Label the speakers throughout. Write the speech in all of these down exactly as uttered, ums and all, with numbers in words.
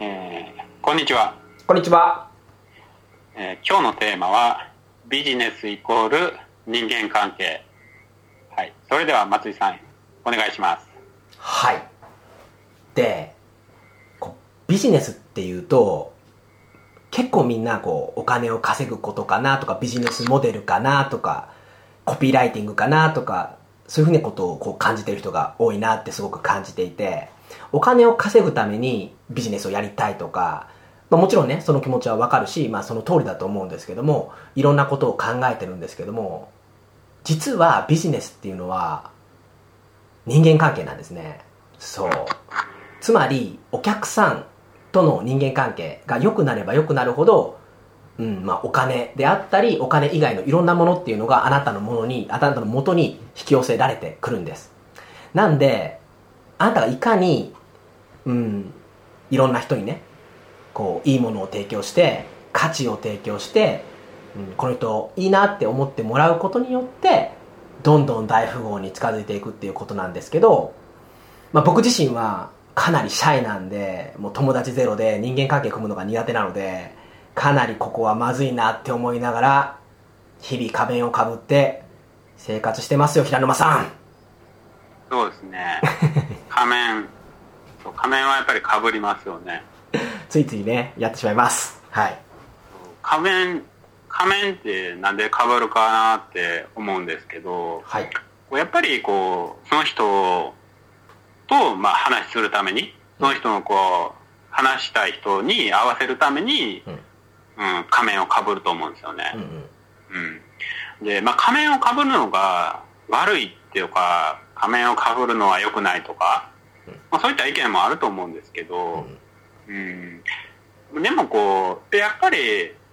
Speaker 1: えー、こんにちは。
Speaker 2: こんにちは、
Speaker 1: えー、今日のテーマはビジネスイコール人間関係。はい、それでは松井さんお願いします。
Speaker 2: はい。で、こうビジネスっていうと結構みんなこうお金を稼ぐことかなとか、ビジネスモデルかなとか、コピーライティングかなとか、そういうふうなことをこう感じている人が多いなってすごく感じていて、お金を稼ぐためにビジネスをやりたいとか、まあ、もちろんねその気持ちはわかるし、まあ、その通りだと思うんですけども、いろんなことを考えてるんですけども、実はビジネスっていうのは人間関係なんですね。そう。つまりお客さんとの人間関係が良くなれば良くなるほど、うんまあ、お金であったりお金以外のいろんなものっていうのがあなたのものにあなたの元に引き寄せられてくるんです。なんであなたがいかに、うん、いろんな人にねこういいものを提供して価値を提供して、うん、この人いいなって思ってもらうことによってどんどん大富豪に近づいていくっていうことなんですけど、まあ、僕自身はかなりシャイなんで、もう友達ゼロで人間関係組むのが苦手なので、かなりここはまずいなって思いながら日々仮面をかぶって生活してますよ、平沼さん。
Speaker 1: そうですね仮面そう仮面はやっぱりかぶりますよね
Speaker 2: ついついねやってしまいます。はい。
Speaker 1: 仮面仮面ってなんでかぶるかなって思うんですけど、
Speaker 2: はい、
Speaker 1: やっぱりこうその人とまあ話するために、その人のこう話したい人に合わせるために、うんうん、仮面をかぶると思うんですよね。うんうんうん、で、まあ、仮面をかぶるのが悪いっていうか、仮面をかぶるのは良くないとか、まあ、そういった意見もあると思うんですけど、うんうん、でもこうやっぱり、うん、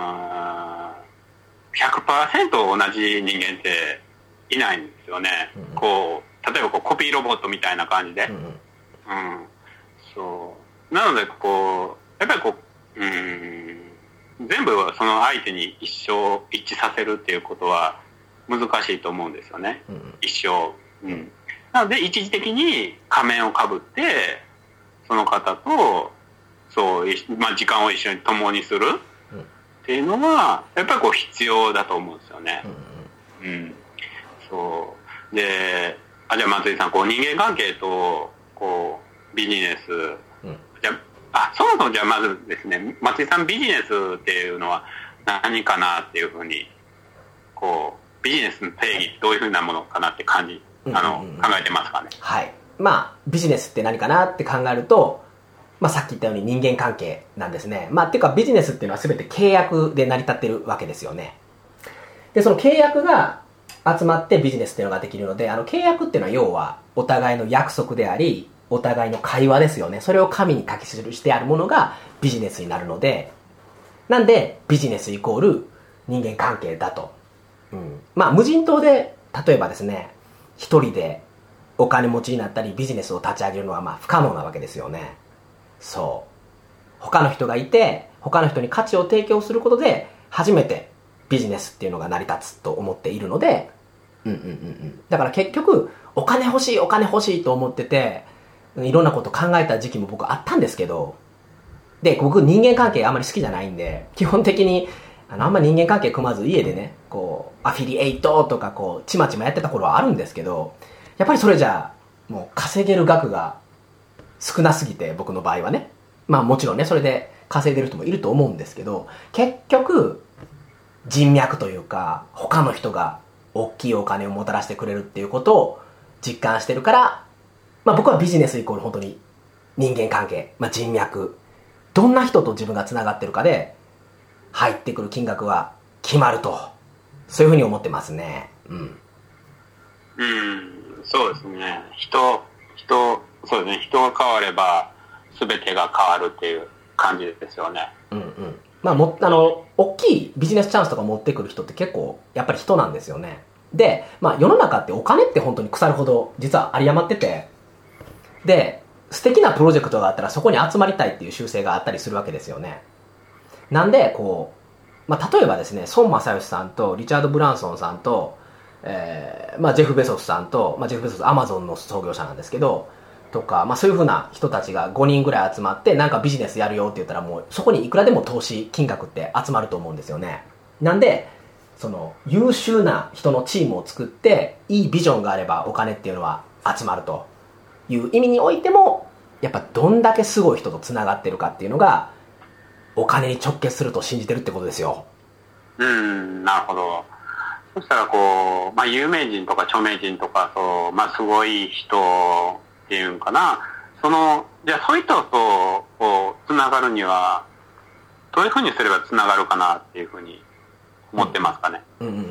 Speaker 1: ひゃくパーセント同じ人間っていないんですよね。うん、こう例えばこうコピーロボットみたいな感じで、うんうん、そうなのでこうやっぱりこう、うん、全部その相手に一生一致させるっていうことは難しいと思うんですよね、うん、一生、うん、なので一時的に仮面をかぶってその方とそう、まあ、時間を一緒に共にするっていうのはやっぱりこう必要だと思うんですよね、うんうん、そうで、あ、じゃあ松井さん、こう人間関係とこうビジネス、うん、じゃあ、そもそもじゃあまずですね、松井さんビジネスっていうのは何かなっていうふうにこうビジネスの定義どういうふうなものかなって感じ、あの、うんうんうん、考えてますかね。
Speaker 2: はい。まあビジネスって何かなって考えると、まあ、さっき言ったように人間関係なんですね。まあっていうかビジネスっていうのは全て契約で成り立ってるわけですよね。でその契約が集まってビジネスっていうのができるので、あの契約っていうのは要はお互いの約束であり、お互いの会話ですよね。それを紙に書き記してあるものがビジネスになるので、なんでビジネスイコール人間関係だと、うん、まあ無人島で例えばですね一人でお金持ちになったりビジネスを立ち上げるのはまあ不可能なわけですよね。そう他の人がいて他の人に価値を提供することで初めてビジネスっていうのが成り立つと思っているので、うんうんうんうん、だから結局お金欲しいお金欲しいと思ってていろんなこと考えた時期も僕あったんですけど、で僕人間関係あんまり好きじゃないんで基本的にあのあんまり人間関係組まず家でねこうアフィリエイトとかこうちまちまやってた頃はあるんですけど、やっぱりそれじゃもう稼げる額が少なすぎて、僕の場合はね、まあもちろんねそれで稼いでる人もいると思うんですけど、結局人脈というか他の人が大きいお金をもたらしてくれるっていうことを実感してるから、まあ僕はビジネスイコール本当に人間関係、まあ、人脈、どんな人と自分がつながってるかで入ってくる金額は決まると、そういうふうに思ってますね。うん、
Speaker 1: うん、そうですね。人人そうですね、人が変われば全てが変わるっていう感じですよね。
Speaker 2: うんうん。まあもあの大きいビジネスチャンスとか持ってくる人って結構やっぱり人なんですよね。で、まあ世の中ってお金って本当に腐るほど実は有り余ってて、で素敵なプロジェクトがあったらそこに集まりたいっていう習性があったりするわけですよね。なんでこう、まあ、例えばですね孫正義さんとリチャード・ブランソンさんと、えーまあ、ジェフ・ベソスさんと、まあ、ジェフ・ベソスアマゾンの創業者なんですけど、 とか、まあそういうふうな人たちがごにんぐらい集まって、なんかビジネスやるよって言ったらもう、そこにいくらでも投資金額って集まると思うんですよね。なんで、その優秀な人のチームを作って、いいビジョンがあればお金っていうのは集まるという意味においても、やっぱどんだけすごい人と繋がってるかっていうのが、お金に直結すると信じてるってことですよ。
Speaker 1: うん、なるほど。そしたらこう、まあ有名人とか著名人とか、そう、まあすごい人っていうんかな、その、じゃあそういう人とこう、繋がるには、どういうふうにすれば繋がるかなっていうふうに思ってますかね。
Speaker 2: うんうんうんうん、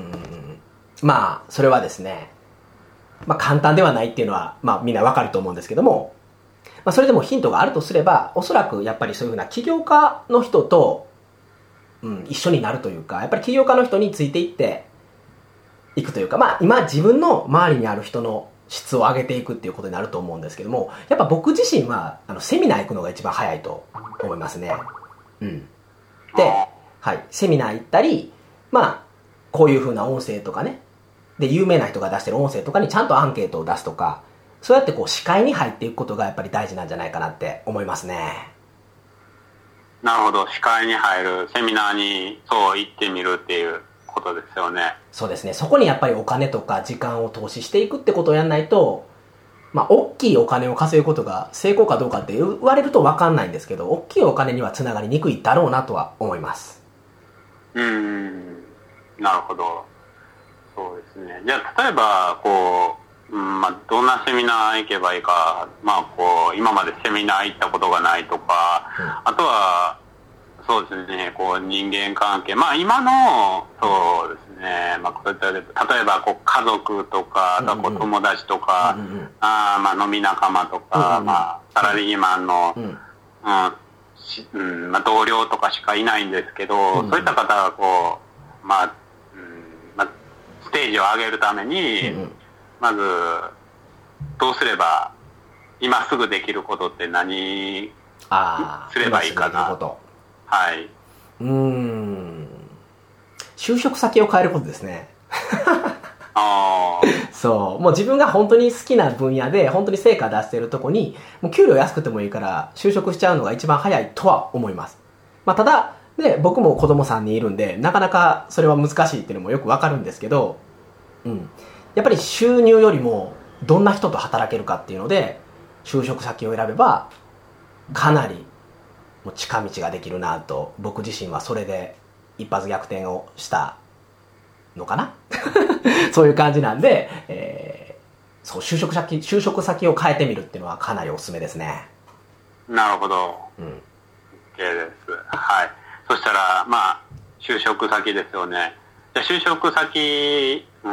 Speaker 2: まあ、それはですね、まあ簡単ではないっていうのは、まあみんなわかると思うんですけども、まあそれでもヒントがあるとすれば、おそらくやっぱりそういうふうな起業家の人と、うん、一緒になるというか、やっぱり起業家の人についていっていくというか、まあ今自分の周りにある人の質を上げていくっていうことになると思うんですけども、やっぱ僕自身はあのセミナー行くのが一番早いと思いますね。うん。で、はい、セミナー行ったり、まあこういう風な音声とかね、で有名な人が出してる音声とかにちゃんとアンケートを出すとか、そうやってこう視界に入っていくことがやっぱり大事なんじゃないかなって思いますね。
Speaker 1: なるほど。視界に入るセミナーにそう行ってみるっていうことですよね。
Speaker 2: そうですね。そこにやっぱりお金とか時間を投資していくってことをやんないと、まあ大きいお金を稼ぐことが成功かどうかって言われると分かんないんですけど、大きいお金にはつながりにくいだろうなとは思います。
Speaker 1: うーん、なるほど。そうですね。じゃあ例えばこう、うん、まあどんなセミナー行けばいいか、まあこう今までセミナー行ったことがないとか、うん、あとはそうですね、こう人間関係、まあ今のそうですね、まあ例えばこう家族とか、あとはこう友達とか、うんうん、あまあ飲み仲間とか、うんうん、まあサラリーマンの、うんうんうんまあ、同僚とかしかいないんですけど、うんうん、そういった方がこう、まあ、うんまあ、ステージを上げるために、うんうん、まずどうすれば今すぐできることって何すればいいかな。はい。
Speaker 2: うーん。就職先を変えることですね。
Speaker 1: あ
Speaker 2: そう。もう自分が本当に好きな分野で、本当に成果出してるとこに、もう給料安くてもいいから、就職しちゃうのが一番早いとは思います。まあ、ただ、ね、僕も子供さんにんいるんで、なかなかそれは難しいっていうのもよくわかるんですけど、うん。やっぱり収入よりも、どんな人と働けるかっていうので、就職先を選べば、かなり、もう近道ができるなと、僕自身はそれで一発逆転をしたのかなそういう感じなんで、えー、そう就職先就職先を変えてみるっていうのはかなりおすすめですね。
Speaker 1: なるほど。うん。OK です。はい。そしたらまあ就職先ですよね。じゃあ就職先、うん、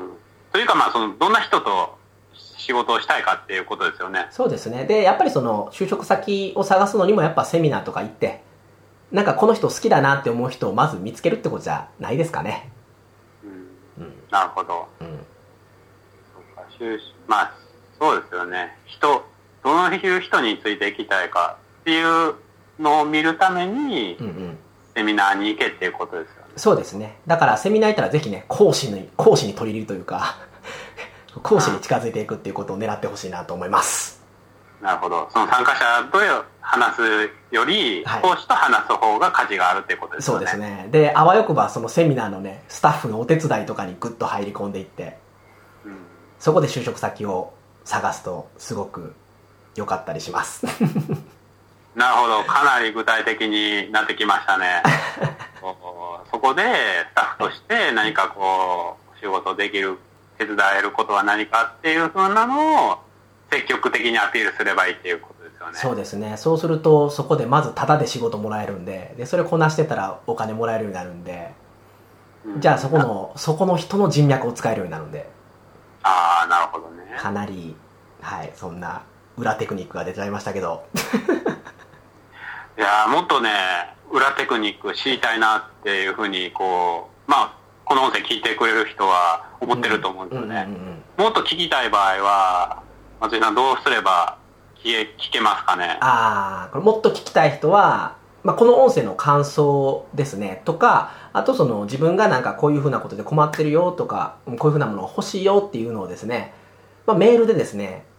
Speaker 1: というかまあそのどんな人と仕事をしたいかっていうことですよね。
Speaker 2: そうですね。で、やっぱりその就職先を探すのにもやっぱセミナーとか行って、なんかこの人好きだなって思う人をまず見つけるってことじゃないですかね。
Speaker 1: うん。うん、なるほど。うん。そうか、就まあそうですよね。人、どのいう人についていきたいかっていうのを見るために、うんうん、セミナーに行けっていうことですよね。
Speaker 2: そうですね。だからセミナー行ったらぜひね、講師に講師に取り入れるというか。講師に近づいていくっていうことを狙ってほしいなと思います。
Speaker 1: なるほど。その参加者と話すより、はい、講師と話す方が価値があるっていうことですよね。
Speaker 2: そうですね。で、あわよくばそのセミナーのね、スタッフのお手伝いとかにグッと入り込んでいって、うん、そこで就職先を探すとすごく良かったりします。
Speaker 1: なるほど。かなり具体的になってきましたね。そこでスタッフとして何かこう、仕事できる手伝えることは何かっていう風なのを積極的にアピールすればいいっていうことですよね。
Speaker 2: そうですね。そうするとそこでまずタダで仕事もらえるんで、でそれこなしてたらお金もらえるようになるんで、うん、じゃあそこのそこの人の人脈を使えるようになるんで、
Speaker 1: ああなるほどね。
Speaker 2: かなりはいそんな裏テクニックが出ちゃいましたけど。
Speaker 1: いやもっとね裏テクニック知りたいなっていう風にこうまあ。この音声聞いてくれる人は思ってると思うんですよね。もっと聞きたい場合は、松井さんどうすれば聞け、聞けますかね。
Speaker 2: ああ、これもっと聞きたい人は、まあ、この音声の感想ですね、とか、あとその自分がなんかこういうふうなことで困ってるよとか、こういうふうなものが欲しいよっていうのをですね、まあ、メールでですね、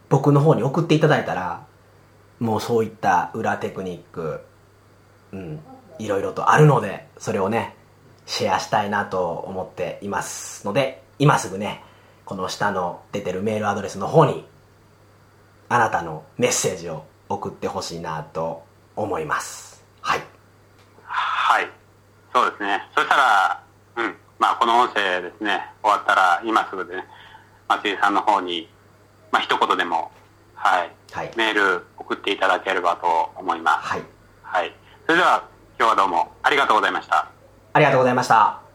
Speaker 2: 僕の方に送っていただいたら、もうそういった裏テクニック、うん、いろいろとあるので、それをね、シェアしたいなと思っていますので、今すぐね、この下の出てるメールアドレスの方に、あなたのメッセージを送ってほしいなと思います。はい。
Speaker 1: はい。そうですね。そしたら、うん。まあ、この音声ですね、終わったら、今すぐでね、松井さんの方に、まあ、一言でも、はい。はい、メール送っていただければと思います。はい。はい。それでは、今日はどうもありがとうございました。
Speaker 2: ありがとうございました。